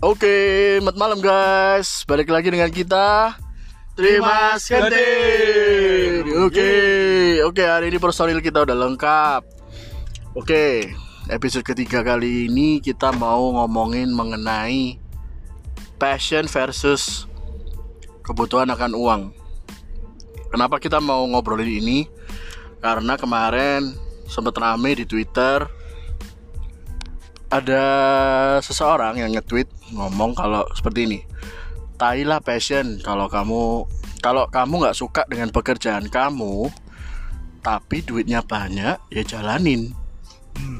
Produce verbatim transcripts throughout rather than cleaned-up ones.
Oke, selamat malam guys. Balik lagi dengan kita Trimas Genting. Oke, oke hari ini personil kita udah lengkap. Oke, episode ketiga kali ini kita mau ngomongin mengenai passion versus kebutuhan akan uang. Kenapa kita mau ngobrolin ini? Karena kemarin sempat rame di Twitter. Ada seseorang yang nge-tweet ngomong kalau seperti ini. Tailah passion kalau kamu kalau kamu nggak suka dengan pekerjaan kamu, tapi duitnya banyak, ya jalanin. Hmm.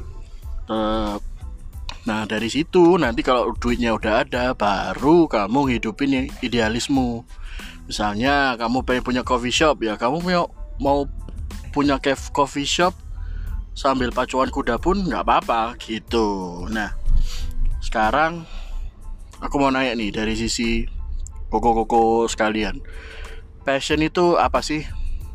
Nah dari situ nanti kalau duitnya udah ada, baru kamu hidupin idealismu. Misalnya kamu pengen punya coffee shop, ya kamu mau mau punya coffee shop sambil pacuan kuda pun nggak apa-apa gitu. Nah sekarang aku mau nanya nih dari sisi koko-koko sekalian, passion itu apa sih?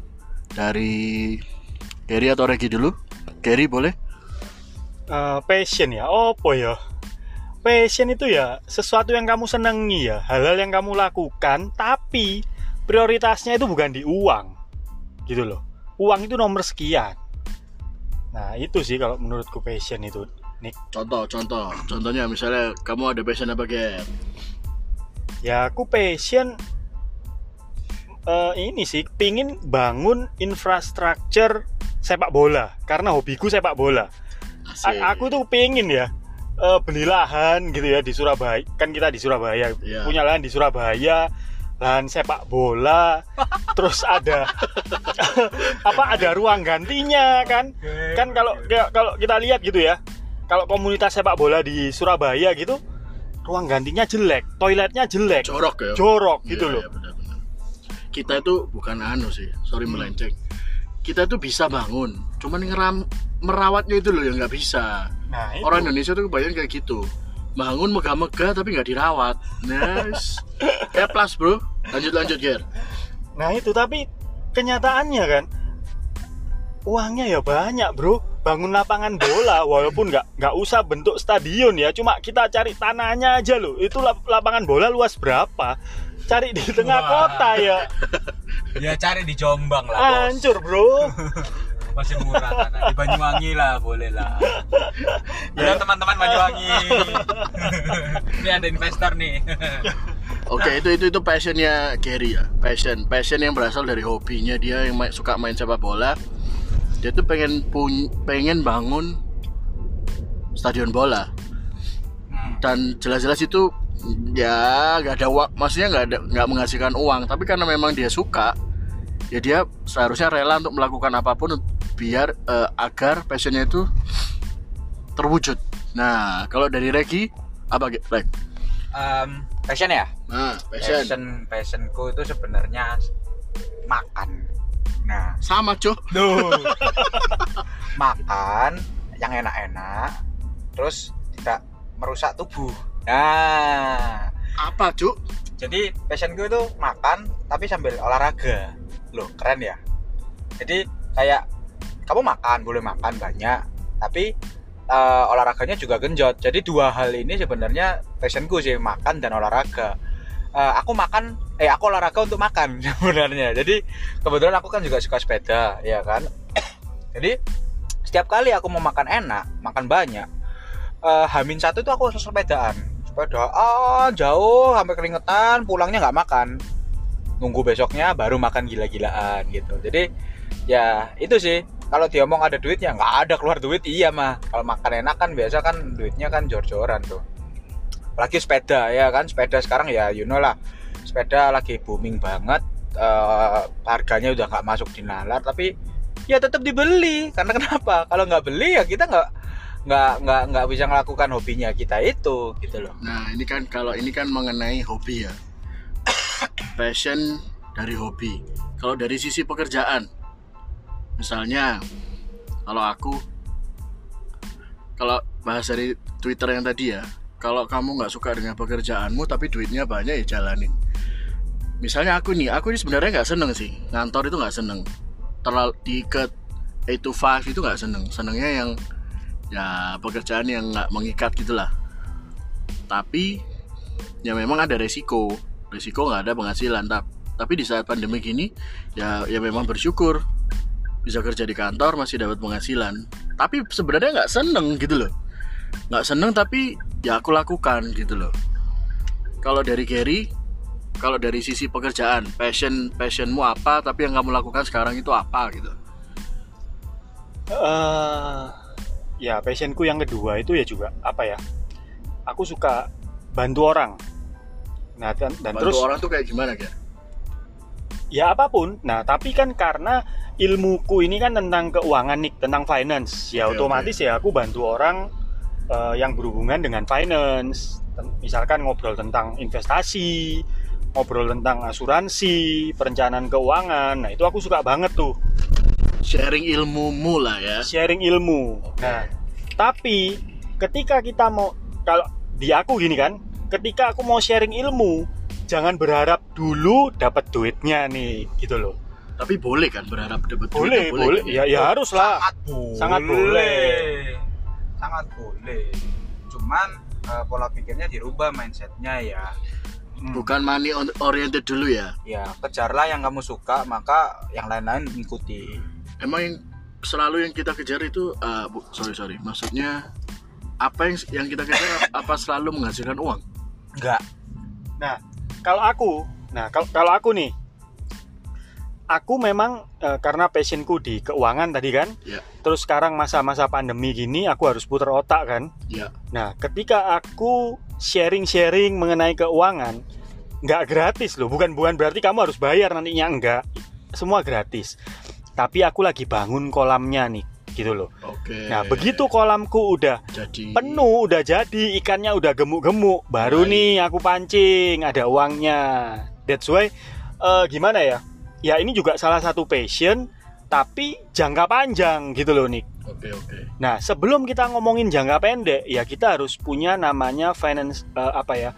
Dari Gary atau Regi dulu? Gary boleh? Uh, passion ya, apa ya? Passion itu ya sesuatu yang kamu senangi ya, hal-hal yang kamu lakukan, tapi prioritasnya itu bukan di uang, gitu loh. Uang itu nomor sekian. Nah itu sih kalau menurutku passion itu, Nick. Contoh, contoh, contohnya misalnya kamu ada passion apa, Ger? Ya aku passion uh, ini sih, pingin bangun infrastruktur sepak bola, karena hobiku sepak bola. A- aku tuh pingin ya uh, beli lahan gitu ya di Surabaya, kan kita di Surabaya, yeah. Punya lahan di Surabaya, lahan sepak bola, terus ada apa ada ruang gantinya kan, kan kalau kalau kita lihat gitu ya, kalau komunitas sepak bola di Surabaya gitu, ruang gantinya jelek, toiletnya jelek, jorok ya, jorok gitu ya, loh. Ya, benar-benar. Kita itu bukan anu sih, sorry hmm. melenceng. Kita tuh bisa bangun, cuman ngeram merawatnya itu loh yang nggak bisa. Nah, orang Indonesia tuh kebanyakan kayak gitu. Bangun megah-megah tapi nggak dirawat. Nice. Ya plus bro. Lanjut lanjut Ger. Nah itu, tapi kenyataannya kan uangnya ya banyak bro. Bangun lapangan bola walaupun nggak nggak usah bentuk stadion ya. Cuma kita cari tanahnya aja loh. Itu lapangan bola luas berapa? Cari di tengah Wah. kota ya. Ya cari di Jombang lah. Hancur bro. Masih murah tanah di Banyuwangi lah, boleh lah. Ya teman-teman Banyuwangi. Ini ada investor nih. Oke, itu itu itu passionnya Gary ya. Passion, passion yang berasal dari hobinya dia yang main, suka main sepak bola. Dia tuh pengen pun pengen bangun stadion bola. Dan jelas-jelas itu ya nggak ada uang, maksudnya nggak ada nggak menghasilkan uang. Tapi karena memang dia suka, ya dia seharusnya rela untuk melakukan apapun biar uh, agar passionnya itu terwujud. Nah, kalau dari Regi apa Reg? Um, passion ya? Nah, passion. Passion passionku itu sebenarnya makan. Nah, sama cuy. Makan yang enak-enak, terus tidak merusak tubuh. Nah, apa cuy? Jadi passionku itu makan tapi sambil olahraga. Loh, keren ya. Jadi kayak kamu makan, boleh makan banyak, tapi uh, olahraganya juga genjot. Jadi dua hal ini sebenarnya passionku sih, makan dan olahraga. Uh, aku makan, eh aku olahraga untuk makan sebenarnya. Jadi kebetulan aku kan juga suka sepeda, ya kan. Jadi setiap kali aku mau makan enak, makan banyak, uh, Hamin satu itu aku sepedaan, sepedaan jauh sampai keringetan, pulangnya nggak makan, nunggu besoknya baru makan gila-gilaan gitu. Jadi ya itu sih. Kalau dia ngomong ada duitnya, nggak ada keluar duit, iya mah. Kalau makan enak kan biasa kan duitnya kan jor-joran tuh. Apalagi sepeda ya kan, sepeda sekarang ya you know lah, sepeda lagi booming banget, uh, harganya udah nggak masuk di nalar, tapi ya tetap dibeli. Karena kenapa? Kalau nggak beli ya kita nggak nggak nggak nggak bisa melakukan hobinya kita itu gitu loh. Nah ini kan kalau ini kan mengenai hobi ya, passion dari hobi. Kalau dari sisi pekerjaan, misalnya kalau aku, kalau bahas dari Twitter yang tadi ya, kalau kamu nggak suka dengan pekerjaanmu tapi duitnya banyak, ya jalanin. Misalnya aku nih, aku ini sebenarnya nggak seneng sih ngantor, itu nggak seneng. Terlalu diikat eight to five itu nggak seneng. Senengnya yang ya pekerjaan yang nggak mengikat gitulah. Tapi ya memang ada resiko, resiko nggak ada penghasilan. Tapi di saat pandemi gini, ya ya memang bersyukur bisa kerja di kantor masih dapat penghasilan. Tapi sebenarnya nggak seneng gitu loh, nggak seneng tapi ya aku lakukan gitu loh. Kalau dari Gary, kalau dari sisi pekerjaan, passion passionmu apa, tapi yang kamu lakukan sekarang itu apa gitu? Uh, ya passionku yang kedua itu ya juga apa ya? Aku suka bantu orang. Nah dan, dan bantu terus orang tuh kayak gimana ya? Ya apapun. Nah tapi kan karena ilmuku ini kan tentang keuangan nih, tentang finance. Ya okay, otomatis okay. ya aku bantu orang uh, yang berhubungan dengan finance. Misalkan ngobrol tentang investasi, ngobrol tentang asuransi, perencanaan keuangan. Nah itu aku suka banget tuh. Sharing ilmumu lah ya. Sharing ilmu. Okay. Nah tapi ketika kita mau, kalau di aku gini kan, ketika aku mau sharing ilmu, jangan berharap dulu dapat duitnya nih, gitu loh. Tapi boleh kan berharap dapat duitnya? Boleh, boleh. boleh. Ya, ya oh, harus lah. Sangat boleh. Sangat boleh. Sangat boleh. Cuman uh, pola pikirnya dirubah mindsetnya ya. Hmm. Bukan money oriented dulu ya. Ya, kejarlah yang kamu suka, maka yang lain-lain ikuti. Emang yang selalu yang kita kejar itu, uh, bu, sorry sorry, maksudnya apa yang yang kita kejar apa selalu menghasilkan uang? Enggak. Nah, kalau aku, nah kalau kalau aku nih, aku memang uh, karena passionku di keuangan tadi kan, ya. Terus sekarang masa-masa pandemi gini, aku harus putar otak kan. Ya. Nah, ketika aku sharing-sharing mengenai keuangan, nggak gratis loh, bukan bukan berarti kamu harus bayar nantinya, enggak, semua gratis. Tapi aku lagi bangun kolamnya nih, gitu loh. Oke. Nah, begitu kolamku udah jadi penuh, udah jadi, ikannya udah gemuk-gemuk, baru Baik. nih aku pancing, ada uangnya. That's why uh, gimana ya? Ya ini juga salah satu passion, tapi jangka panjang gitu loh, Nick. Oke oke. Nah, sebelum kita ngomongin jangka pendek, ya kita harus punya namanya finance uh, apa ya?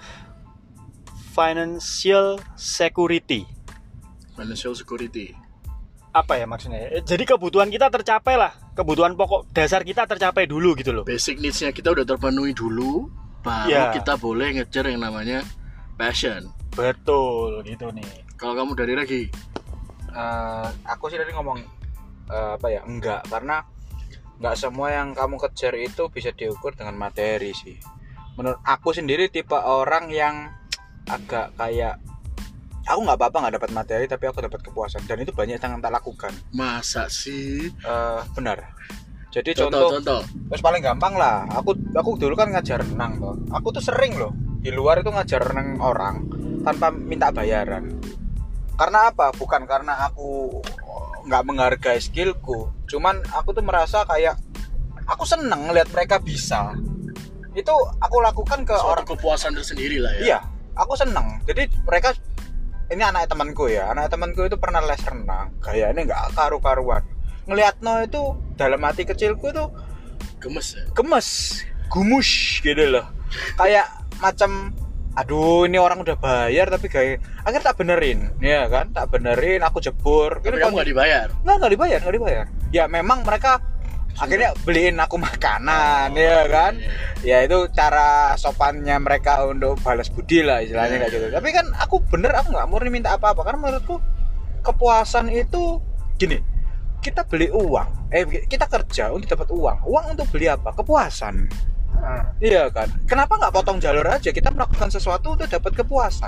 Financial security. Financial security. Apa ya maksudnya? Jadi kebutuhan kita tercapai lah, kebutuhan pokok dasar kita tercapai dulu gitu loh. Basic needs-nya kita udah terpenuhi dulu, baru ya. Kita boleh ngejar yang namanya passion. Betul, gitu nih. Kalau kamu dari lagi, uh, aku sih tadi ngomong uh, apa ya? Enggak, karena enggak semua yang kamu kejar itu bisa diukur dengan materi sih. Menurut aku sendiri tipe orang yang agak kayak, aku nggak apa-apa nggak dapat materi tapi aku dapat kepuasan, dan itu banyak yang tak lakukan. Masa sih? Uh, benar. Jadi contoh, contoh, terus paling gampang lah. Aku aku dulu kan ngajar renang toh. Aku tuh sering loh di luar itu ngajar renang orang tanpa minta bayaran. Karena apa? Bukan karena aku nggak menghargai skillku, cuman aku tuh merasa kayak aku seneng lihat mereka bisa. Itu aku lakukan ke suatu orang, kepuasan tersendiri lah ya. Iya, aku seneng. Jadi mereka, ini anak temanku ya, anak temanku itu pernah les renang, gayanya nggak karu-karuan. Ngelihat no itu dalam hati kecilku tuh gemes ya? Gemes, gumus gitu loh. Kayak macam, aduh ini orang udah bayar tapi kayak, akhirnya tak benerin, ya kan, tak benerin, aku jebur. Tapi kamu nggak dibayar? Nggak, nggak dibayar, nggak dibayar. Ya memang mereka sudah. Akhirnya beliin aku makanan, oh, ya kan. Yeah. Ya itu cara sopannya mereka untuk balas budi lah istilahnya, yeah, kayak gitu. Tapi kan aku bener, aku nggak murni minta apa-apa, karena menurutku kepuasan itu gini. Kita beli uang, eh kita kerja untuk dapat uang. Uang untuk beli apa? Kepuasan. Hmm. Iya kan? Kenapa nggak potong jalur aja? Kita melakukan sesuatu untuk dapat kepuasan.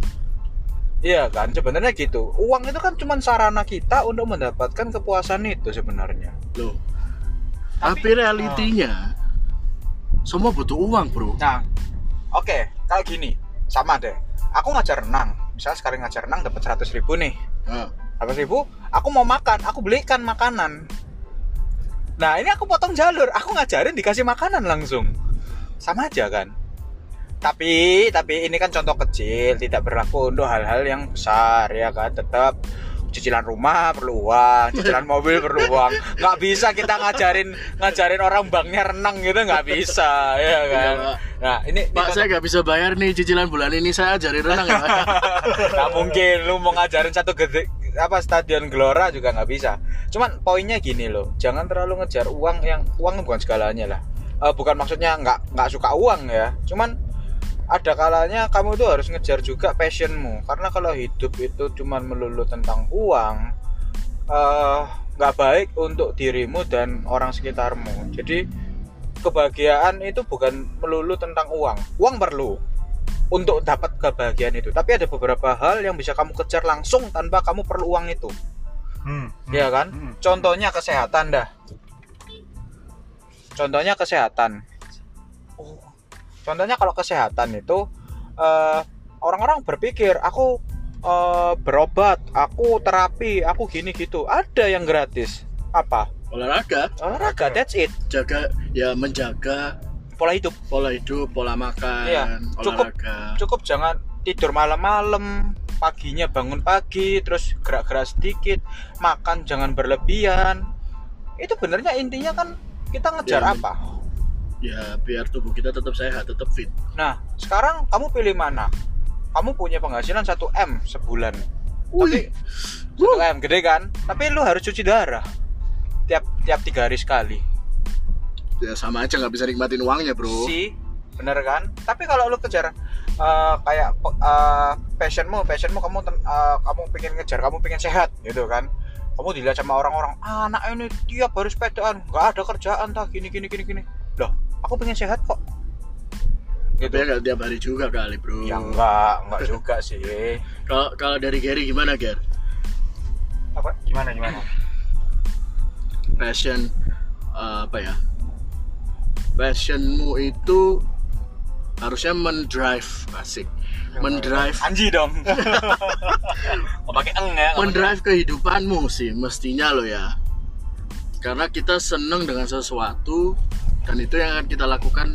Iya kan? Sebenarnya gitu. Uang itu kan cuma sarana kita untuk mendapatkan kepuasan itu sebenarnya. Loh. Tapi, Tapi realitinya oh. semua butuh uang, bro. Nah, oke, okay, kalau gini, sama deh. Aku ngajar renang, misalnya sekali ngajar renang dapat seratus ribu nih. Hmm. seratus ribu, aku mau makan, aku belikan makanan. Nah, ini aku potong jalur, aku ngajarin dikasih makanan langsung. Sama aja kan? Tapi, tapi ini kan contoh kecil, tidak berlaku untuk hal-hal yang besar, ya kan? Tetap cicilan rumah perlu uang, cicilan mobil perlu uang. Nggak bisa kita ngajarin ngajarin orang banknya renang gitu, nggak bisa, ya kan? Iya, nah ini Pak, ini saya nggak bisa bayar nih cicilan bulan ini, saya ajarin renang ya. Nggak mungkin, lu mau ngajarin satu gede apa stadion Gelora juga nggak bisa. Cuman poinnya gini loh, jangan terlalu ngejar uang, yang uang bukan segalanya lah. Uh, bukan maksudnya nggak nggak suka uang ya, cuman ada kalanya kamu tuh harus ngejar juga passionmu, karena kalau hidup itu cuma melulu tentang uang, nggak uh, baik untuk dirimu dan orang sekitarmu. Jadi kebahagiaan itu bukan melulu tentang uang. Uang perlu untuk dapat kebahagiaan itu, tapi ada beberapa hal yang bisa kamu kejar langsung tanpa kamu perlu uang itu. Hmm, ya kan? Hmm. Contohnya kesehatan dah. Contohnya kesehatan. Oh. Contohnya kalau kesehatan itu uh, orang-orang berpikir aku uh, berobat, aku terapi, aku gini gitu. Ada yang gratis. Apa? Olahraga. Olahraga, that's it. Jaga ya menjaga pola hidup, pola hidup, pola makan, iya. Cukup, olahraga. Cukup jangan tidur malam-malam, paginya bangun pagi, terus gerak-gerak sedikit, makan jangan berlebihan. Itu benernya intinya kan kita ngejar ya, apa? Ya biar tubuh kita tetap sehat, tetap fit. Nah sekarang kamu pilih mana? Kamu punya penghasilan satu M sebulan. Wih, satu M gede kan? Tapi lu harus cuci darah tiap tiap tiga hari sekali. Ya sama aja nggak bisa nikmatin uangnya bro. Si bener kan? Tapi kalau lu kejar uh, kayak uh, passionmu, passionmu kamu uh, kamu pengen ngejar, kamu pengen sehat gitu kan? Kamu dilihat sama orang-orang, ah, anak ini tiap hari sepedaan, nggak ada kerjaan tak gini gini gini gini. Loh, aku pengen sehat kok. Gitu. Tapi nggak tiap hari juga kali bro. Ya enggak, enggak juga sih. Kalau kalau dari Gary gimana Ger? Apa? Gimana gimana? Passion uh, apa ya? Passionmu itu harusnya mendrive, asik. Mendrive Anji dong. Oh, pakai eng ya. Mendrive kehidupanmu sih mestinya lo ya. Karena kita seneng dengan sesuatu dan itu yang akan kita lakukan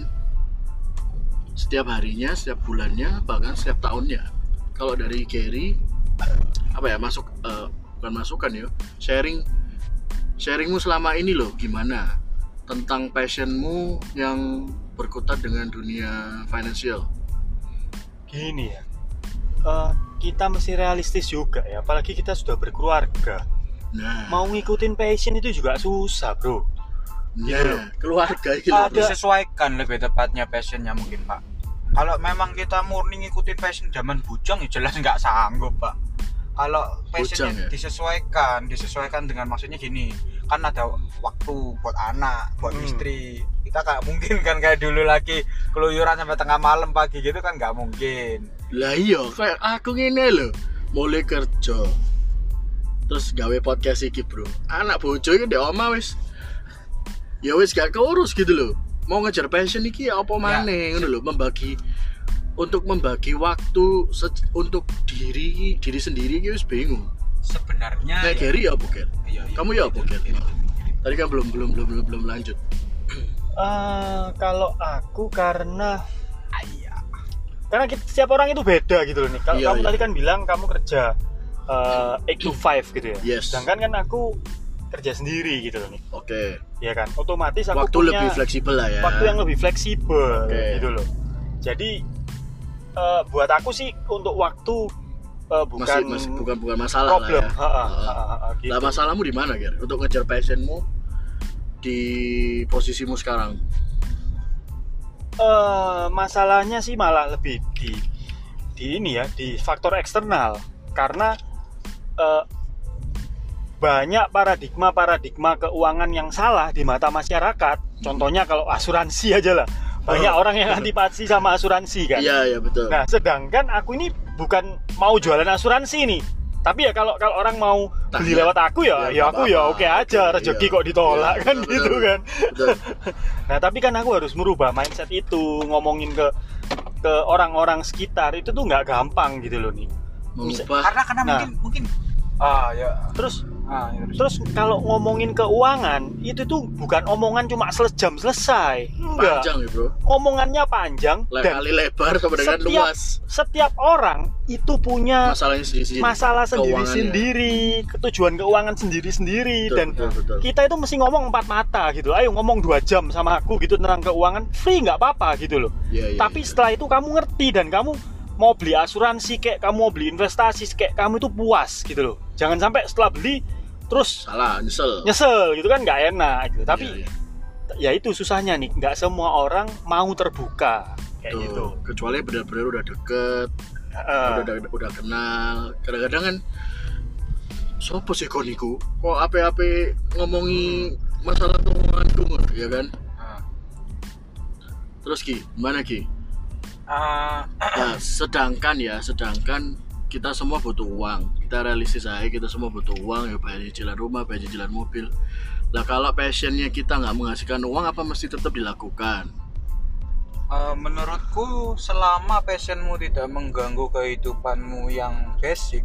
setiap harinya, setiap bulannya, bahkan setiap tahunnya. Kalau dari Gary apa ya, masuk uh, bukan masukan ya, sharing sharingmu selama ini loh gimana tentang passionmu yang berkutat dengan dunia financial. Gini ya, uh, kita mesti realistis juga ya, apalagi kita sudah berkeluarga. Nah, mau ngikutin passion itu juga susah bro. Nah, gitu. Keluarga gitu. Ada disesuaikan lebih tepatnya passionnya mungkin pak. Kalau memang kita murni ngikutin passion zaman bujang ya jelas nggak sanggup pak. Kalau passionnya ya? disesuaikan, disesuaikan dengan maksudnya gini, kan ada waktu buat anak, buat hmm. istri. Kita nggak mungkin kan kayak dulu lagi keluyuran sampai tengah malam pagi gitu kan nggak mungkin. Lah iya, kayak aku ngene loh, mulai kerja, terus gawe podcast iki bro. Anak bojo iki ndek omah wis, ya wis gak keurus gitu loh. Mau ngejar passion iki ya apa maneh ngono lho, membagi untuk membagi waktu se- untuk diri diri sendiri iki wis bingung. Sebenarnya kayak ya. Gary ya apa Ger? Iya, iya, kamu ya apa Ger? Tadi kan belum belum belum belum, belum lanjut. Uh, kalau aku karena ayah. Karena kita, setiap orang itu beda gitu loh nih. Kalau iya, kamu iya. tadi kan bilang kamu kerja uh, eight to five gitu ya. Yes. Sedangkan kan aku kerja sendiri gitu loh nih. Oke. Okay. Iya kan. Otomatis aku waktu punya lebih fleksibel lah ya. Waktu yang lebih fleksibel okay. gitu loh. Jadi uh, buat aku sih untuk waktu uh, bukan masih, masih, bukan bukan masalah problem. lah ya. Ha, ha, ha, ha, ha, gitu. Lah masalahmu di mana Ger? Untuk ngejar passionmu di posisimu sekarang? Uh, masalahnya sih malah lebih di di ini ya, di faktor eksternal. Karena uh, banyak paradigma-paradigma keuangan yang salah di mata masyarakat. Contohnya kalau asuransi aja lah. Banyak oh. orang yang antipati sama asuransi kan. Iya, iya betul. Nah, sedangkan aku ini bukan mau jualan asuransi nih. Tapi ya kalau kalau orang mau Tanya. beli lewat aku ya, ya, ya aku ya oke aja, rezeki iya. kok ditolak iya, kan betul, gitu betul, kan. Betul. Nah, tapi kan aku harus merubah mindset itu, ngomongin ke ke orang-orang sekitar itu tuh nggak gampang gitu loh nih. Mengubah. Karena karena nah, mungkin mungkin ah ya. Terus ah, ya, terus kalau ngomongin keuangan itu tuh bukan omongan cuma sejam selesai. Enggak. Panjang ya, Bro. Omongannya panjang Le- dan kali lebar sama dengan setiap, luas. Setiap orang itu punya masalahnya sendiri-sendiri. Masalah sendiri-sendiri, tujuan keuangan sendiri-sendiri betul, dan betul, betul. Kita itu mesti ngomong empat mata gitu. Ayo ngomong dua jam sama aku gitu tentang keuangan, free nggak apa-apa gitu loh. Ya, ya, Tapi ya. setelah itu kamu ngerti dan kamu mau beli asuransi kayak kamu mau beli investasi kayak kamu itu puas gitu loh. Jangan sampai setelah beli terus salah, nyesel. Nyesel gitu kan nggak enak gitu. Tapi ya, ya. ya itu susahnya nih, nggak semua orang mau terbuka kayak Tuh, gitu. kecuali benar-benar udah deket, Uh, udah, udah udah kenal. Kadang-kadang kan sopo sih kok niku? Kok ape-ape ngomongi masalah keuanganku ngono, ya kan? Nah, Terus Ki, gimana Ki? uh, Nah, sedangkan ya, sedangkan kita semua butuh uang. Kita realistis aja, kita semua butuh uang ya, bayar cicilan rumah, bayar cicilan mobil. Lah kalau passionnya kita nggak menghasilkan uang, apa mesti tetap dilakukan? uh, menurutku selama passionmu tidak mengganggu kehidupanmu yang basic,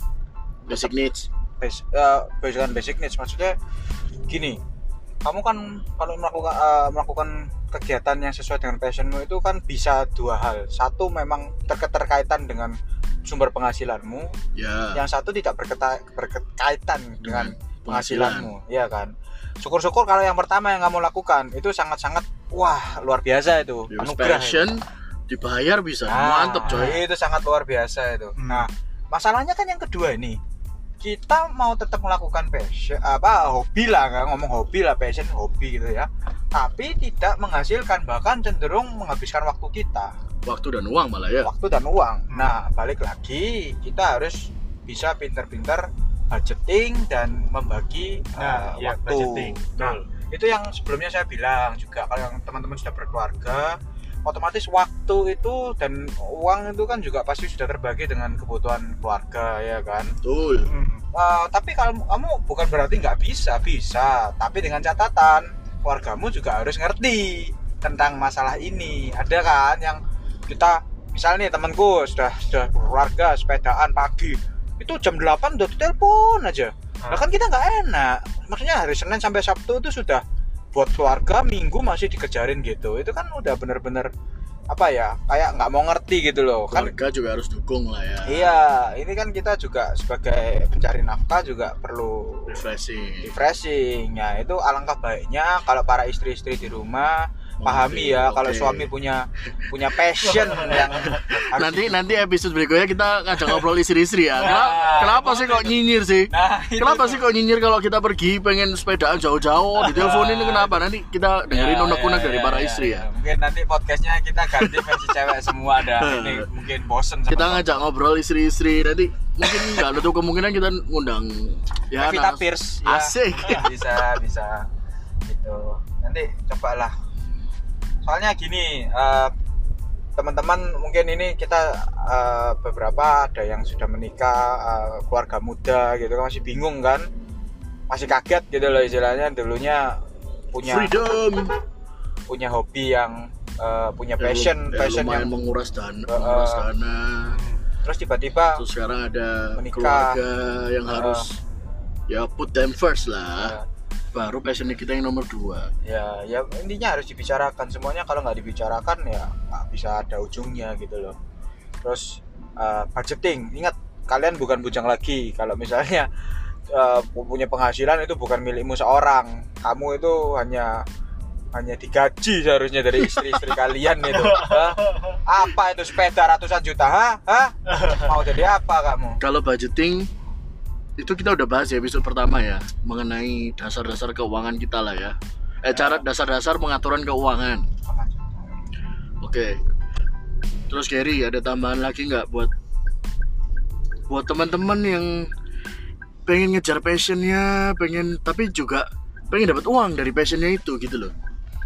Basic needs. basic, uh, bukan basic needs, maksudnya gini, kamu kan kalau melakukan uh, melakukan kegiatan yang sesuai dengan passionmu itu kan bisa dua hal. Satu memang terketerkaitan dengan sumber penghasilanmu, Ya. yang satu tidak berketa- berkaitan dengan penghasilan. penghasilanmu, ya kan. Syukur-syukur kalau yang pertama yang kamu lakukan itu sangat-sangat wah luar biasa itu, Ya, anugerah passion itu. dibayar bisa. Nah, Mantap coy. itu sangat luar biasa itu. Hmm. Nah, masalahnya kan yang kedua ini, kita mau tetap melakukan passion apa hobi lah, nggak ngomong hobi lah, passion hobi gitu ya, tapi tidak menghasilkan, bahkan cenderung menghabiskan waktu kita, Waktu dan uang malah ya. waktu dan uang. Nah, balik lagi kita harus bisa pintar-pintar budgeting dan membagi nah, uh, ya, waktu. budgeting. Nah, Betul. itu yang sebelumnya saya bilang juga, kalau yang teman-teman sudah berkeluarga, otomatis waktu itu dan uang itu kan juga pasti sudah terbagi dengan kebutuhan keluarga, ya kan. Betul. Hmm. Uh, tapi kalau kamu bukan berarti nggak bisa, bisa, tapi dengan catatan keluargamu juga harus ngerti tentang masalah ini. Ada kan yang kita, misalnya nih temanku sudah sudah berkeluarga, sepedaan pagi, itu jam delapan udah telepon aja. Nah kan kita nggak enak, maksudnya hari Senin sampai Sabtu itu sudah buat keluarga, Minggu masih dikejarin gitu. Itu kan udah bener-bener apa ya, kayak nggak mau ngerti gitu loh kan. Keluarga juga harus dukung lah ya. Iya, ini kan kita juga sebagai pencari nafkah juga perlu Refreshing. refreshing. Ya itu alangkah baiknya kalau para istri-istri di rumah pahami ya, Oke, kalau oke. suami punya punya passion yang harus Nanti nanti episode berikutnya kita ngajak ngobrol istri-istri ya. Kenapa, Nah, kenapa sih kok nyinyir sih? Nah, itu Kenapa tuh. sih kok nyinyir kalau kita pergi pengen sepedaan jauh-jauh, diteleponin kenapa? Nanti kita dengerin Ya, unek-unek ya, dari ya, para ya, istri ya. Mungkin nanti podcastnya kita ganti versi cewek semua dah. Ini mungkin bosen sama Kita sama. ngajak ngobrol istri-istri, nanti mungkin nggak ada tuh kemungkinan kita ngundang ya Pevita Nas. Pierce ya. Asik. Bisa bisa gitu. Nanti cobalah. Soalnya gini, eh, teman-teman mungkin ini kita eh, beberapa ada yang sudah menikah, eh, keluarga muda gitu kan, masih bingung kan, masih kaget gitu loh istilahnya, dulunya punya Freedom. punya hobi yang eh, punya Ya, passion lu- ya, passion lumayan yang menguras dana, Uh, menguras dana. terus tiba-tiba Terus sekarang ada menikah. keluarga yang Uh. harus ya put them first lah. eh, Baru passion kita yang nomor dua. ya ya intinya harus dibicarakan semuanya. Kalau nggak dibicarakan ya nggak bisa ada ujungnya gitu loh. Terus uh, budgeting, ingat kalian bukan bujang lagi. Kalau misalnya uh, punya penghasilan itu bukan milikmu seorang, kamu itu hanya hanya digaji seharusnya dari istri-istri kalian itu. Hah? Apa itu sepeda ratusan juta? Hah? Hah? Mau jadi apa kamu? Kalau budgeting itu kita udah bahas ya episode pertama ya, mengenai dasar-dasar keuangan kita lah ya. Eh cara dasar-dasar pengaturan keuangan. Oke. Terus Gary ada tambahan lagi nggak buat buat teman-teman yang pengen ngejar passionnya, pengen tapi juga pengen dapat uang dari passionnya itu gitu loh.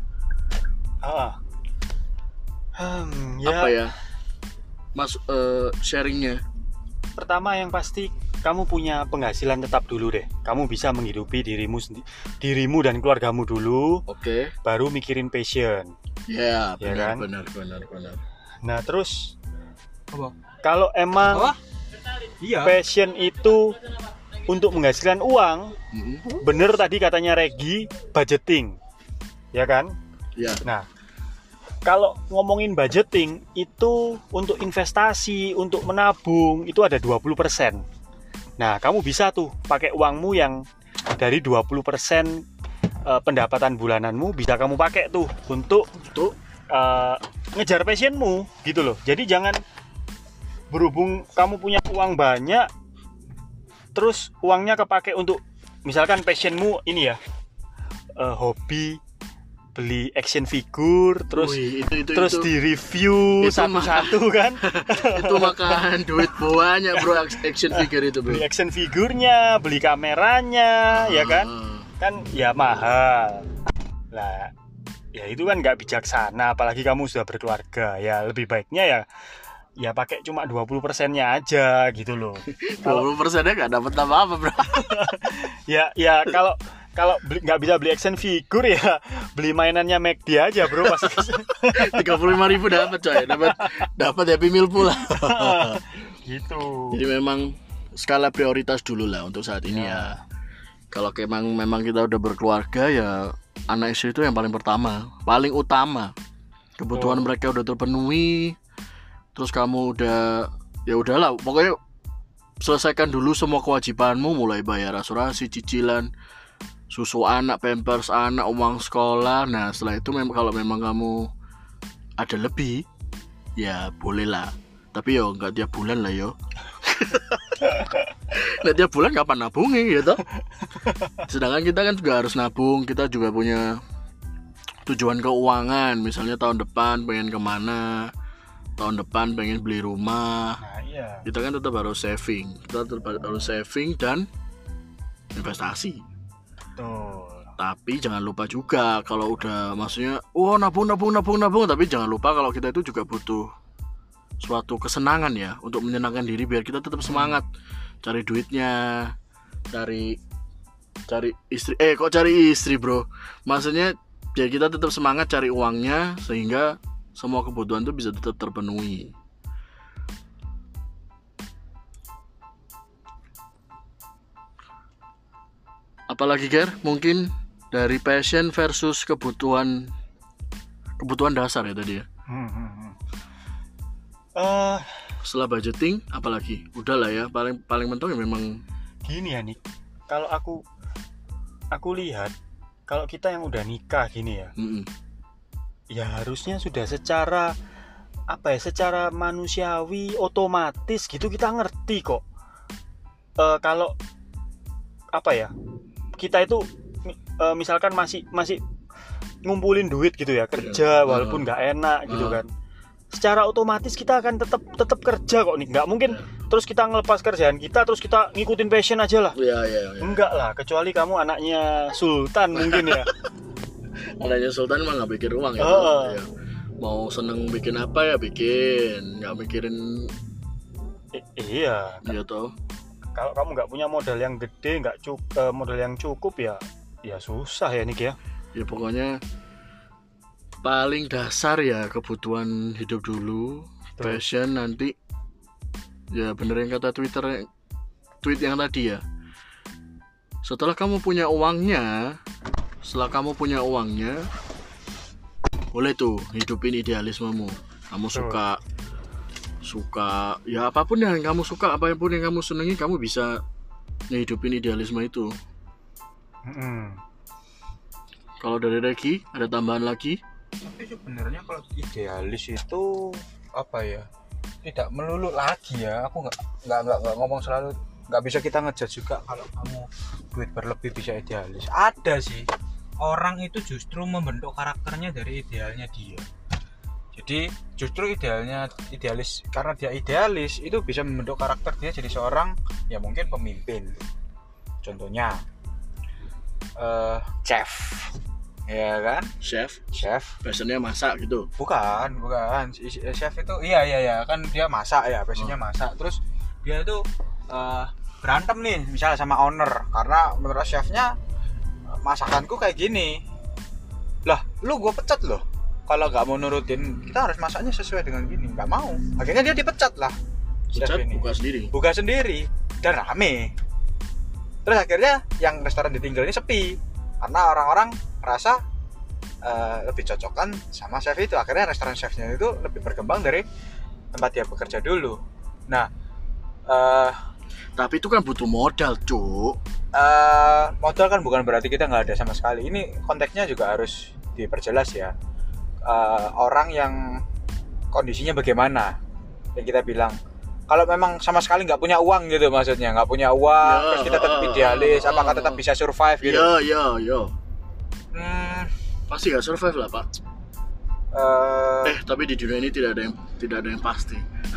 Ah. Hmm, ya. Apa ya? Mas eh, sharingnya. Pertama yang pasti kamu punya penghasilan tetap dulu deh. Kamu bisa menghidupi dirimu sendi- dirimu dan keluargamu dulu, Oke. baru mikirin passion. Ya, Ya benar, kan? benar, benar, benar. Nah, terus Apa? kalau emang Apa? Iya. passion itu untuk menghasilkan uang, Mm-mm. bener tadi katanya Regi, budgeting. Ya kan? Ya. Nah, kalau ngomongin budgeting itu untuk investasi, untuk menabung itu ada dua puluh persen. Nah, kamu bisa tuh pakai uangmu yang dari dua puluh persen eh, pendapatan bulananmu bisa kamu pakai tuh untuk Untuk eh, ngejar passionmu gitu loh. Jadi jangan berhubung kamu punya uang banyak terus uangnya kepake untuk misalkan passionmu ini ya, eh, hobi beli action figure, terus Wih, itu, itu, terus itu. di review Itu satu-satu kan. Itu makan duit banyak bro, action figure itu bro. Beli action figurnya, beli kameranya, ya kan? Ah. Kan ya mahal. Lah, ya itu kan nggak bijaksana, apalagi kamu sudah berkeluarga. Ya lebih baiknya ya ya pakai cuma dua puluh persennya aja gitu loh. dua puluh persennya nggak dapat apa-apa bro. ya ya kalau kalau nggak bisa beli action figure ya beli mainannya McD aja bro pasti. tiga puluh lima ribu dapat coy, dapat dapat Happy Meal pula. Gitu. Jadi memang skala prioritas dulu lah untuk saat ini ya. ya. Kalau memang memang kita udah berkeluarga ya anak istri itu yang paling pertama, paling utama. Kebutuhan oh. mereka udah terpenuhi. Terus kamu udah ya udahlah, pokoknya selesaikan dulu semua kewajibanmu, mulai bayar asuransi, cicilan, susu anak, pampers anak, uang sekolah. Nah setelah itu memang kalau memang kamu ada lebih ya bolehlah, tapi yo nggak tiap bulan lah yo. Nggak tiap bulan kapan nabungnya gitu. Sedangkan kita kan juga harus nabung, kita juga punya tujuan keuangan, misalnya tahun depan pengen kemana, tahun depan pengen beli rumah. Nah, iya. Kita kan tetap harus saving, kita tetap harus saving dan investasi. Betul. Tapi jangan lupa juga kalau udah maksudnya, oh nabung nabung nabung nabung, tapi jangan lupa kalau kita itu juga butuh suatu kesenangan ya, untuk menyenangkan diri biar kita tetap semangat cari duitnya, cari cari istri. Eh kok cari istri bro? Maksudnya biar kita tetap semangat cari uangnya sehingga semua kebutuhan itu bisa tetap terpenuhi. Apalagi Ger, mungkin dari passion versus kebutuhan kebutuhan dasar ya tadi ya. Hmm, hmm, hmm. Uh, Setelah budgeting, apalagi? Udah lah ya, paling paling mentok ya memang. Gini ya Nick, kalau aku aku lihat kalau kita yang udah nikah gini ya, Mm-mm. ya harusnya sudah secara apa ya, secara manusiawi otomatis gitu kita ngerti kok. Uh, kalau apa ya, kita itu uh, misalkan masih masih ngumpulin duit gitu ya, kerja walaupun nggak enak gitu kan. Secara otomatis kita akan tetap tetap kerja kok nih, nggak mungkin ya. Terus kita ngelepas kerjaan kita terus kita ngikutin passion aja lah. Iya iya. Ya. Enggak lah, kecuali kamu anaknya Sultan mungkin ya. Anaknya Sultan mah nggak mikir uang ya, uh. ya. Mau seneng bikin apa ya bikin, nggak mikirin. I- iya. Iya toh. Kalau kamu nggak punya modal yang gede, nggak cukup uh, modal yang cukup ya, ya susah ya Nick ya. Ya pokoknya paling dasar ya kebutuhan hidup dulu, betul. Passion nanti ya bener yang kata Twitter tweet yang tadi ya. Setelah kamu punya uangnya, setelah kamu punya uangnya, boleh tuh hidupin idealismemu. Kamu betul. suka suka ya apapun yang kamu suka, apapun yang kamu senangi, kamu bisa ngehidupin idealisme itu. Mm-hmm. Kalau dari Regi ada tambahan lagi? Tapi sebenarnya kalau idealis itu apa ya, tidak melulu lagi ya. Aku nggak nggak nggak nggak ngomong selalu, nggak bisa kita ngejudge juga kalau kamu duit berlebih bisa idealis. Ada sih orang itu justru membentuk karakternya dari idealnya dia. Jadi justru idealnya idealis, karena dia idealis itu bisa membentuk karakter dia jadi seorang ya mungkin pemimpin. Contohnya uh, chef. Ya kan, chef, chef, passionnya masak gitu? Bukan, bukan. Chef itu, iya iya iya, kan dia masak ya, passionnya oh. masak. Terus dia itu uh, berantem nih, misalnya sama owner, karena menurut chefnya masakanku kayak gini. Lah, lu gue pecat loh. Kalau nggak mau nurutin, kita harus masaknya sesuai dengan gini. Nggak mau. Akhirnya dia dipecat lah. Pecat, buka sendiri. Buka sendiri dan rame. Terus akhirnya yang restoran ditinggal ini sepi, karena orang-orang rasa uh, lebih cocokan sama chef itu. Akhirnya restoran chefnya itu lebih berkembang dari tempat dia bekerja dulu. Nah, uh, tapi itu kan butuh modal, cuk. Uh, modal kan bukan berarti kita nggak ada sama sekali. Ini konteksnya juga harus diperjelas ya. Uh, orang yang kondisinya bagaimana, yang kita bilang kalau memang sama sekali nggak punya uang gitu, maksudnya nggak punya uang, ya, terus kita tetap idealis, uh, apakah tetap bisa survive gitu? Ya, ya, ya. Hmm, Pasti gak survive lah Pak. Eh, Eh tapi di dunia ini tidak ada yang tidak ada yang pasti.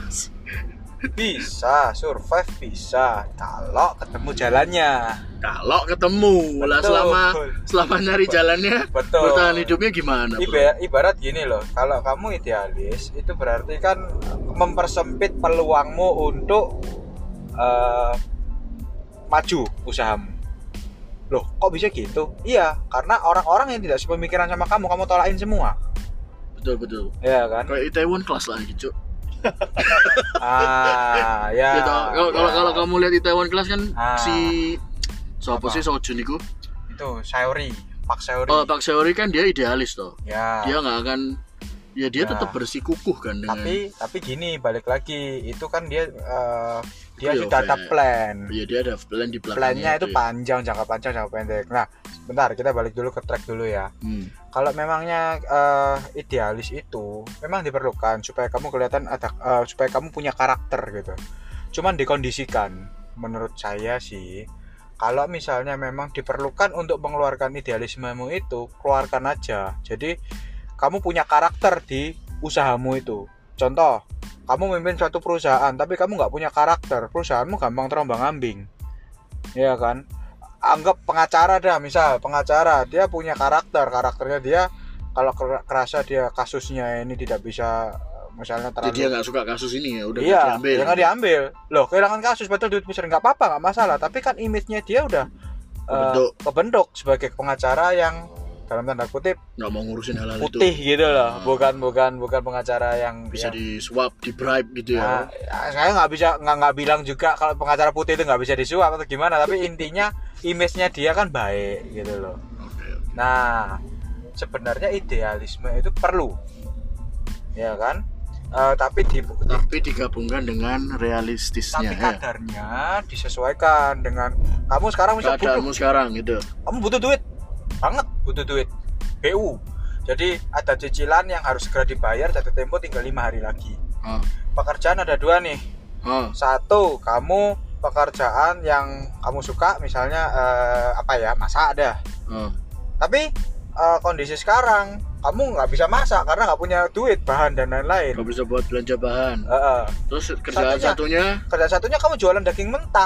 bisa survive bisa kalau ketemu jalannya. Kalau ketemu lah, Betul. selama selama nyari jalannya Betul. bertahan hidupnya gimana bro? Ibarat, ibarat gini loh, kalau kamu idealis itu berarti kan mempersempit peluangmu untuk eh, maju usahamu. Loh, kok bisa gitu? Iya, karena orang-orang yang tidak sepemikiran sama kamu, kamu tolakin semua. Betul betul. Iya kan? Kayak Itaewon kelas lah gitu. Ah, ya. Gitu. Kalau kalau ya. kalau kamu lihat Itaewon kelas kan Ah. si siapa Apa? sih Sojun itu? Itu Saori, Pak Saori. Oh, Pak Seori kan dia idealis toh. Ya. Dia nggak akan ya dia Ya. tetap bersikukuh kan dengan Tapi tapi gini, balik lagi, itu kan dia eh, dia Itu ya sudah ada fair. plan. ya dia ada plan di belakangnya. Plannya itu ya. panjang, jangka panjang, jangka pendek. Nah, bentar kita balik dulu ke track dulu ya. Hmm. Kalau memangnya eh, idealis itu memang diperlukan supaya kamu kelihatan ada eh, supaya kamu punya karakter gitu. Cuman dikondisikan menurut saya sih, kalau misalnya memang diperlukan untuk mengeluarkan idealismemu itu, keluarkan aja. Jadi kamu punya karakter di usahamu itu. Contoh, kamu memimpin suatu perusahaan tapi kamu nggak punya karakter, perusahaanmu gampang terombang-ambing. Iya kan? Anggap pengacara dah, misal pengacara dia punya karakter, karakternya dia kalau ker- kerasa dia kasusnya ini tidak bisa, misalnya Jadi terlalu dia nggak suka kasus ini ya udah iya, nggak diambil. jangan diambil. Loh, kehilangan kasus betul duit besar nggak apa-apa, nggak masalah. Tapi kan image-nya dia udah eh, Kebentuk. kebentuk sebagai pengacara yang dalam tanda kutip Nggak mau ngurusin hal-hal itu. putih gitu loh. Ah. Bukan bukan bukan pengacara yang Bisa yang, di swap, di bribe gitu Nah, ya. saya nggak bisa nggak nggak bilang juga kalau pengacara putih itu nggak bisa disuap atau gimana. Tapi intinya image-nya dia kan baik gitu loh. Oke. Nah, sebenarnya idealisme itu perlu, ya kan? Eh, tapi di, di- Tapi digabungkan dengan realistisnya tapi ya. kadarnya disesuaikan dengan kamu sekarang bisa butuh, Keadaanmu sekarang gitu. kamu butuh duit banget, butuh duit B U. Jadi ada cicilan yang harus segera dibayar, jatuh tempo tinggal lima hari lagi. Ah. Pekerjaan ada dua nih. Ah. Satu, kamu pekerjaan yang kamu suka, misalnya eh, apa ya, masak ada. Ah. Tapi eh, kondisi sekarang kamu nggak bisa masak karena nggak punya duit, bahan dan lain-lain. Gak bisa buat belanja bahan. Eh, eh. Terus kerjaan Satunya- satunya, Kerja satunya kamu jualan daging mentah.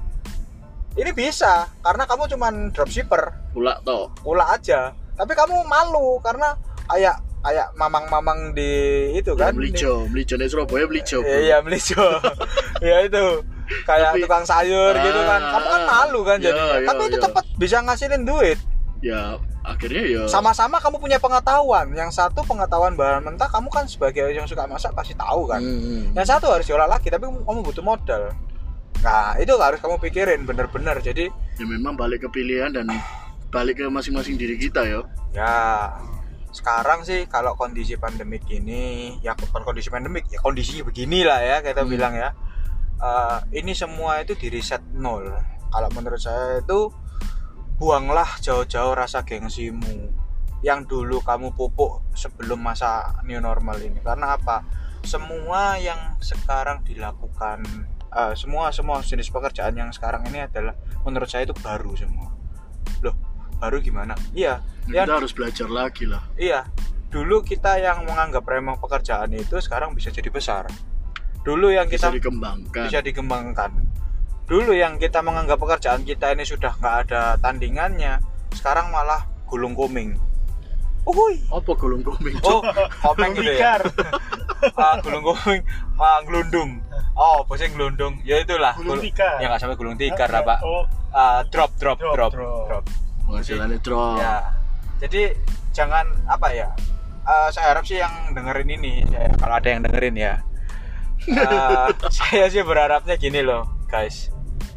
Ini bisa karena kamu cuman dropshipper, pula toh. pula aja. Tapi kamu malu karena kayak kayak mamang-mamang di itu kan. Melijo, Melijo di Surabaya Melijo. Di- Iya, melijo. Ya itu. Kayak Tapi- tukang sayur gitu kan. Kamu kan malu kan Ya, jadinya. ya, Tapi itu ya. cepet bisa ngasilin duit. Ya akhirnya ya. Sama-sama kamu punya pengetahuan. Yang satu pengetahuan bahan mentah, kamu kan sebagai yang suka masak pasti tahu kan. Hmm. Yang satu harus diolah lagi, tapi kamu butuh modal. Nah, itu harus kamu pikirin bener-bener. Jadi, Ya memang balik ke pilihan dan balik ke masing-masing diri kita ya. ya sekarang sih kalau kondisi pandemik ini, ya bukan kondisi pandemik, ya kondisinya beginilah ya kita Hmm. bilang ya. Eh, ini semua itu di reset nol. Kalau menurut saya itu buanglah jauh-jauh rasa gengsimu yang dulu kamu pupuk sebelum masa new normal ini. Karena apa? Semua yang sekarang dilakukan, eh, semua semua jenis pekerjaan yang sekarang ini adalah menurut saya itu baru semua. Loh, baru gimana? Iya, Ya, yang kita harus belajar lagi lah. Iya, dulu kita yang menganggap remeh pekerjaan itu sekarang bisa jadi besar. Dulu yang Bisa kita dikembangkan. bisa dikembangkan. Dulu yang kita menganggap pekerjaan kita ini sudah nggak ada tandingannya, sekarang malah gulung koming. Uhuy. Apa gulung koming? Oh, komeng gitu ya. Tikar. Ah, gulung koming, ah, gelundung. Oh, bosnya gelundung. Ya itulah. Gulung Gul- tikar. Ya nggak sampai gulung tikar lah, Pak. Oh, Ah, drop, drop, Drop, drop, drop. drop. Penghasilannya drop. Ya, jadi jangan apa ya? eh, saya harap sih yang dengerin ini, saya- kalau ada yang dengerin ya, eh, saya sih berharapnya gini loh, guys.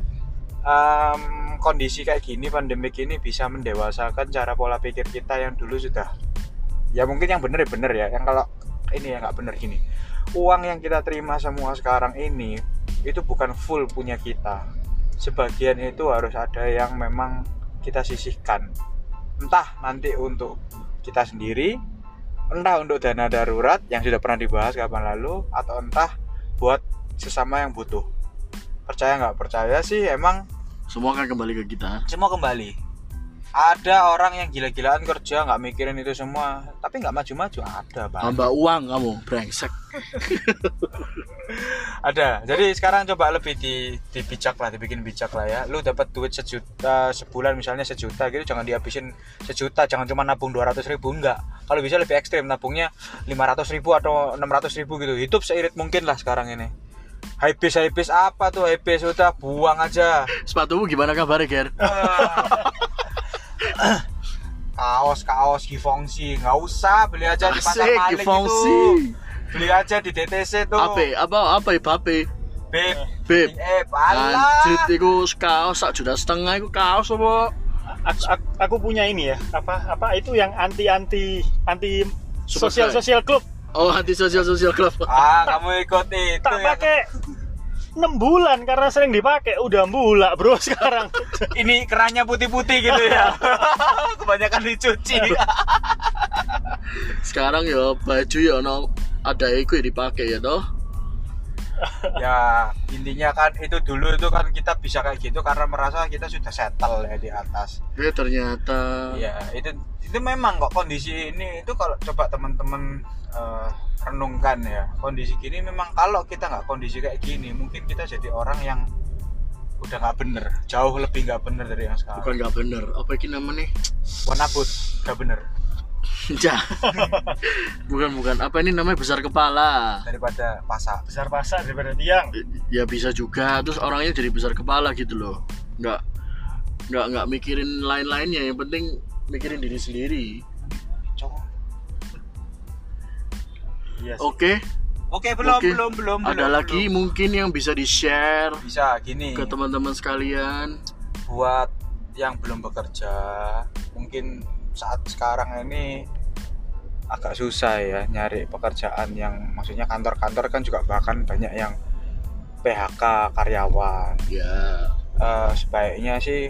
Em, kondisi kayak gini, pandemik ini bisa mendewasakan cara pola pikir kita yang dulu sudah, ya mungkin yang bener ya bener ya, yang kalau ini ya nggak bener gini. Uang yang kita terima semua sekarang ini itu bukan full punya kita. Sebagian itu harus ada yang memang kita sisihkan, entah nanti untuk kita sendiri, entah untuk dana darurat yang sudah pernah dibahas kapan lalu, atau entah buat sesama yang butuh. Percaya nggak percaya sih, emang Semua akan kembali ke kita. semua kembali. Ada orang yang gila-gilaan kerja nggak mikirin itu semua, tapi nggak maju-maju. Ada bang. Hamba uang kamu, brengsek. Ada. Jadi sekarang coba lebih di dibijak lah, dibikin bijak lah ya. Lu dapat duit sejuta sebulan misalnya sejuta gitu, jangan dihabisin sejuta, jangan cuma nabung dua ratus ribu, enggak. Kalau bisa lebih ekstrim, nabungnya lima ratus ribu atau enam ratus ribu gitu. Hidup seirit mungkin lah sekarang ini. Habis habis apa tuh? Habis udah buang aja. Sepatumu gimana kabarnya, Ger? kaos kaos Givenchy nggak usah, beli aja di pasar Asik, maling Givenchy. itu, beli aja di D T C tuh. Apa apa apa ya bape? Beb Beb. eh alah Anjir iku kaos sak juta setengah iku kaos apa? Aku, aku, aku punya ini ya, apa apa itu yang anti anti anti Super sosial Dry. sosial klub. Oh, anti sosial sosial club. ah kamu ikut itu Tak ya. pakai enam bulan karena sering dipakai, udah mbula bro sekarang. Ini kerannya putih-putih gitu ya. Kebanyakan dicuci. Sekarang ya baju ya ono ada iku ya dipakai ya toh. Ya intinya kan itu dulu itu kan kita bisa kayak gitu karena merasa kita sudah settle ya di atas. Eh ternyata Ya itu itu memang kok kondisi ini itu kalau coba teman-teman uh, renungkan ya, kondisi gini memang kalau kita nggak kondisi kayak gini mungkin kita jadi orang yang udah nggak bener, jauh lebih nggak bener dari yang sekarang. bukan nggak bener. Apa ini namanya? Wanabut nggak bener Ya. bukan bukan. Apa ini namanya besar kepala? daripada pasak. Besar pasar daripada tiang. Ya bisa juga. Terus orangnya jadi besar kepala gitu loh. Nggak nggak nggak mikirin lain-lainnya. Yang penting mikirin diri sendiri. Cowok. Iya sih. Oke. Oke belum Oke. belum belum Ada belum, lagi belum. mungkin yang bisa di share Bisa gini ke teman-teman sekalian. buat yang belum bekerja mungkin saat sekarang ini agak susah ya nyari pekerjaan yang maksudnya kantor-kantor kan juga bahkan banyak yang P H K karyawan. Ya. Eh, sebaiknya sih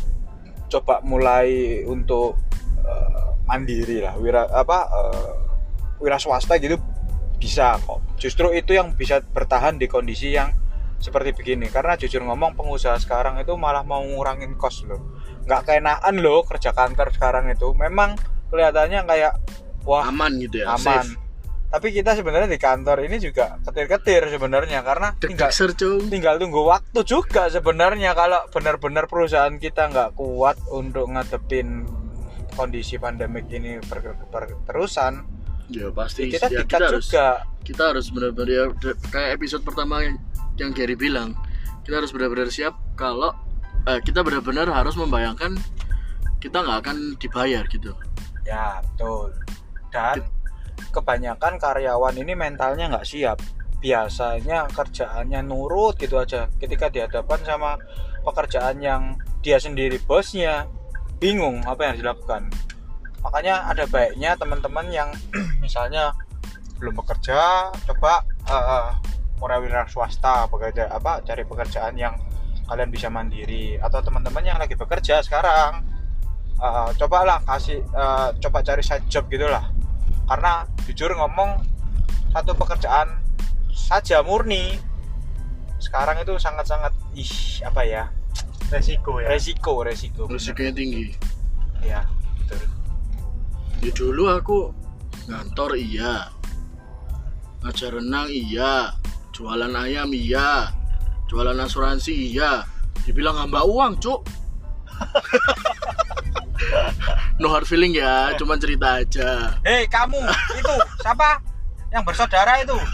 coba mulai untuk eh, mandiri lah, wira apa eh, wira swasta gitu bisa kok. Justru itu yang bisa bertahan di kondisi yang seperti begini. Karena jujur ngomong pengusaha sekarang itu malah mau ngurangin kos loh. Nggak keenaan loh kerja kantor sekarang itu. Memang kelihatannya kayak wah Aman gitu ya. aman. Safe. Tapi kita sebenarnya di kantor ini juga ketir-ketir sebenarnya karena tinggal Deg-deg cung. tinggal tunggu waktu juga sebenarnya kalau benar-benar perusahaan kita nggak kuat untuk ngadepin kondisi pandemik ini ber- berterusan, Ya pasti kita ya, dikat kita harus juga. kita harus benar-benar ya, de- kayak episode pertama yang, yang Gary bilang, kita harus benar-benar siap kalau eh, kita benar-benar harus membayangkan kita nggak akan dibayar gitu. Ya betul. Dan kebanyakan karyawan ini mentalnya nggak siap. Biasanya kerjaannya nurut gitu aja. Ketika dihadapkan sama pekerjaan yang dia sendiri bosnya, bingung apa yang harus dilakukan. Makanya ada baiknya teman-teman yang misalnya belum bekerja, coba uh, mulai wira swasta, bekerja apa, cari pekerjaan yang kalian bisa mandiri. Atau teman-teman yang lagi bekerja sekarang, uh, cobalah kasih, uh, coba cari side job gitulah. Karena jujur ngomong satu pekerjaan saja murni sekarang itu sangat-sangat ih apa ya, Resiko ya. resiko resiko bener. Risikonya tinggi. Ya betul. Ya dulu aku ngantor iya, ngajar renang iya, jualan ayam iya, jualan asuransi iya, dibilang hamba uang cuk. No hard feeling ya, cuman cerita aja. Hei kamu itu siapa yang bersaudara itu?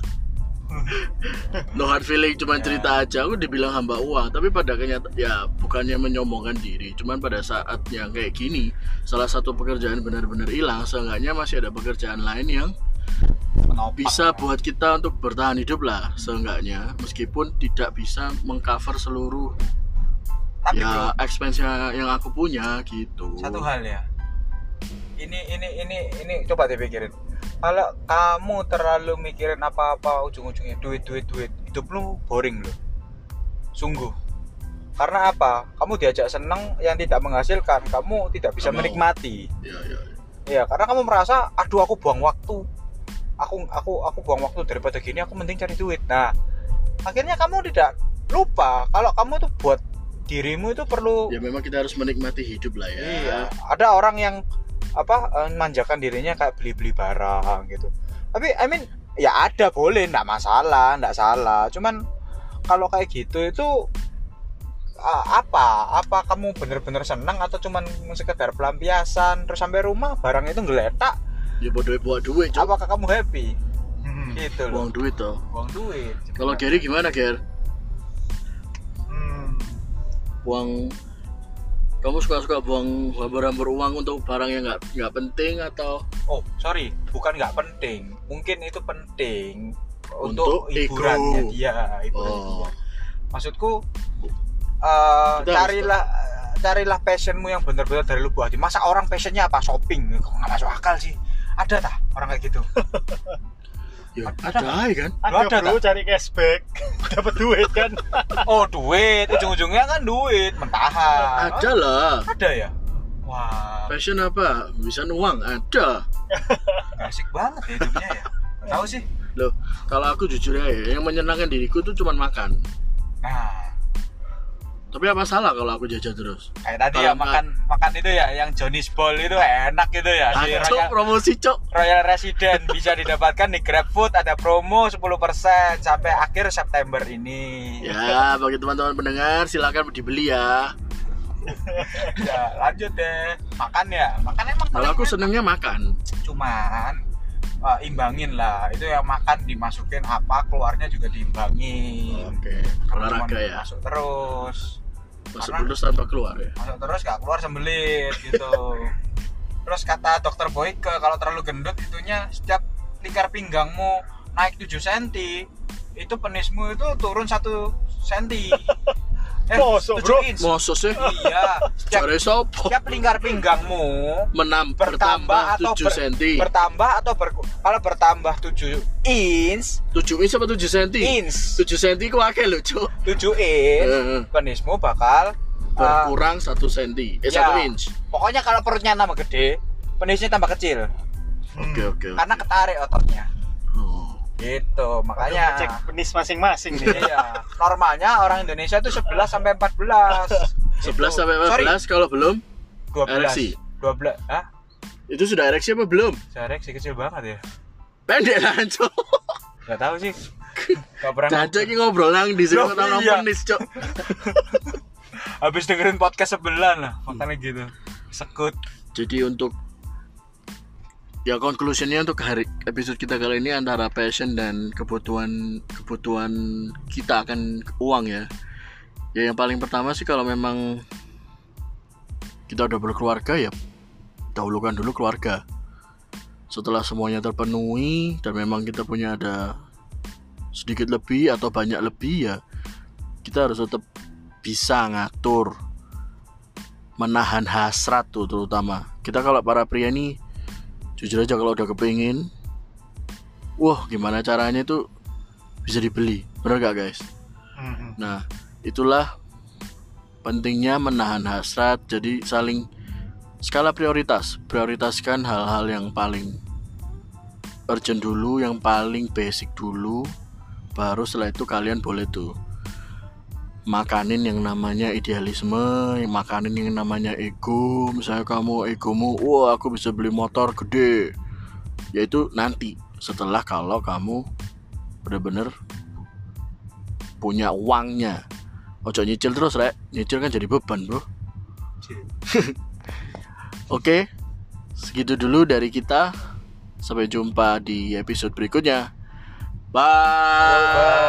No hard feeling, cuman Ya. cerita aja. Aku dibilang hamba uang, tapi pada kenyataan ya bukannya menyombongkan diri, cuman pada saat yang kayak gini, salah satu pekerjaan benar-benar hilang, seenggaknya masih ada pekerjaan lain yang Menopang. bisa buat kita untuk bertahan hidup lah, seenggaknya meskipun tidak bisa mengcover seluruh Tapi ya bro, expense yang aku punya gitu. satu hal ya. Ini ini ini ini coba dipikirin. Kalau kamu terlalu mikirin apa-apa ujung-ujungnya duit duit duit, hidup lu boring loh. Sungguh. Karena apa? Kamu diajak seneng yang tidak menghasilkan, kamu tidak bisa Gak mau. menikmati. Ya, ya, ya. Iya, karena kamu merasa, aduh aku buang waktu. Aku aku aku buang waktu daripada gini, aku mending cari duit. Nah, akhirnya kamu tidak lupa kalau kamu tuh buat dirimu itu perlu. Ya memang kita harus menikmati hidup lah ya. Iya, ada orang yang apa eh, manjakan dirinya kayak beli-beli barang gitu. Tapi I mean ya ada, boleh, enggak masalah, enggak salah. Cuman kalau kayak gitu itu uh, apa? Apa kamu bener-bener senang atau cuman sekedar pelampiasan terus sampai rumah barang itu ngeletak? Ya bodoh buat duit, Cok. Apakah kamu happy? Hmm. Gitu loh. Buang duit toh. Buang duit. Kalau Gary gimana, Ger? Hmm. Buang kamu suka-suka buang hambur-hambur uang untuk barang yang nggak nggak penting atau Oh, sorry, bukan nggak penting. Mungkin itu penting Untuk untuk hiburannya ego. dia, hiburannya Oh. dia. Maksudku uh, Kita carilah carilah passionmu yang benar-benar dari lubuk hati. Masa orang passionnya apa? Shopping? Kok nggak masuk akal sih? Ada tah orang kayak gitu? ya Ada ada aja kan? Ada, Ada, bro, cari cashback. Dapat duit kan. Oh, duit, ujung-ujungnya kan duit, mentahan. Ada lah. Ada ya? Wah, Passion apa? Bisa uang ada. asik banget ya hidupnya ya. Nggak tahu sih. Loh, kalau aku jujur ya, yang menyenangkan diriku tuh cuma makan. Nah, Tapi apa salah kalau aku jajan terus? kayak tadi Kalau ya makan makan itu ya, yang Johnny's Ball itu enak gitu ya. Di Ah, Cok, Royal, promosi, Cok. Royal Resident bisa didapatkan di GrabFood, ada promo sepuluh persen sampai akhir September ini. Ya, bagi teman-teman pendengar silakan dibeli ya. Ya, lanjut deh. Makan ya. Makan emang Kalau aku paling senengnya makan. cuman uh, imbangin lah. Itu yang makan dimasukin apa, keluarnya juga diimbangin. Oke, olahraga Cuman ya. Masuk terus. Masuk Karena- terus tanpa keluar ya. Masuk terus gak keluar sembelit gitu. Terus kata dokter Boyke, kalau terlalu gendut itunya setiap lingkar pinggangmu naik tujuh sentimeter, itu penismu itu turun satu sentimeter. Eh, Mosok, tujuh bro? inch. Mosok sih. Iya, setiap, Cari sopo setiap lingkar pinggangmu menambah bertambah bertambah atau tujuh ber- sentimeter. bertambah atau ber, kalau bertambah tujuh inch, tujuh inch apa tujuh sentimeter? inch, tujuh sentimeter ku akeh lho, Cuk. tujuh inch, Heeh. penismu bakal uh, Berkurang satu sentimeter. Eh, ya. satu inch. pokoknya kalau perutnya tambah gede, penisnya tambah kecil. Oke, oke. Karena ketarik ototnya. Oh. Gitu, makanya Cek penis masing-masing nih. iya, normalnya orang Indonesia itu sebelas sampai empat belas. sebelas sampai empat belas kalau belum dua belas. ereksi. dua belas. Hah? itu sudah ereksi apa belum? Ereksi kecil banget ya. Pendek lah, Cuk. Enggak tahu sih. Enggak pernah. Caca iki ngobrol nang di sini Loh, nang iya. penis, Cuk. Habis dengerin podcast sebelah lah, makanya gitu. Sekut. Jadi untuk ya conclusionnya untuk hari episode kita kali ini antara passion dan kebutuhan kebutuhan kita akan uang ya. Ya yang paling pertama sih kalau memang kita udah berkeluarga ya dahulukan dulu keluarga. Setelah semuanya terpenuhi dan memang kita punya ada sedikit lebih atau banyak lebih ya kita harus tetap bisa ngatur, menahan hasrat tuh terutama. Kita kalau para pria nih jujur aja kalau udah kepingin, wah gimana caranya itu bisa dibeli, bener gak guys? Mhm. Nah itulah pentingnya menahan hasrat. Jadi saling skala prioritas, prioritaskan hal-hal yang paling urgent dulu, yang paling basic dulu, baru setelah itu kalian boleh tuh makanin yang namanya idealisme, makanin yang namanya ego. Misalnya kamu egomu, wah aku bisa beli motor gede, yaitu nanti setelah kalau kamu bener-bener punya uangnya. Ojo nyicil terus rek, nyicil kan jadi beban bro. Oke, segitu dulu dari kita. Sampai jumpa di episode berikutnya. Bye. Bye.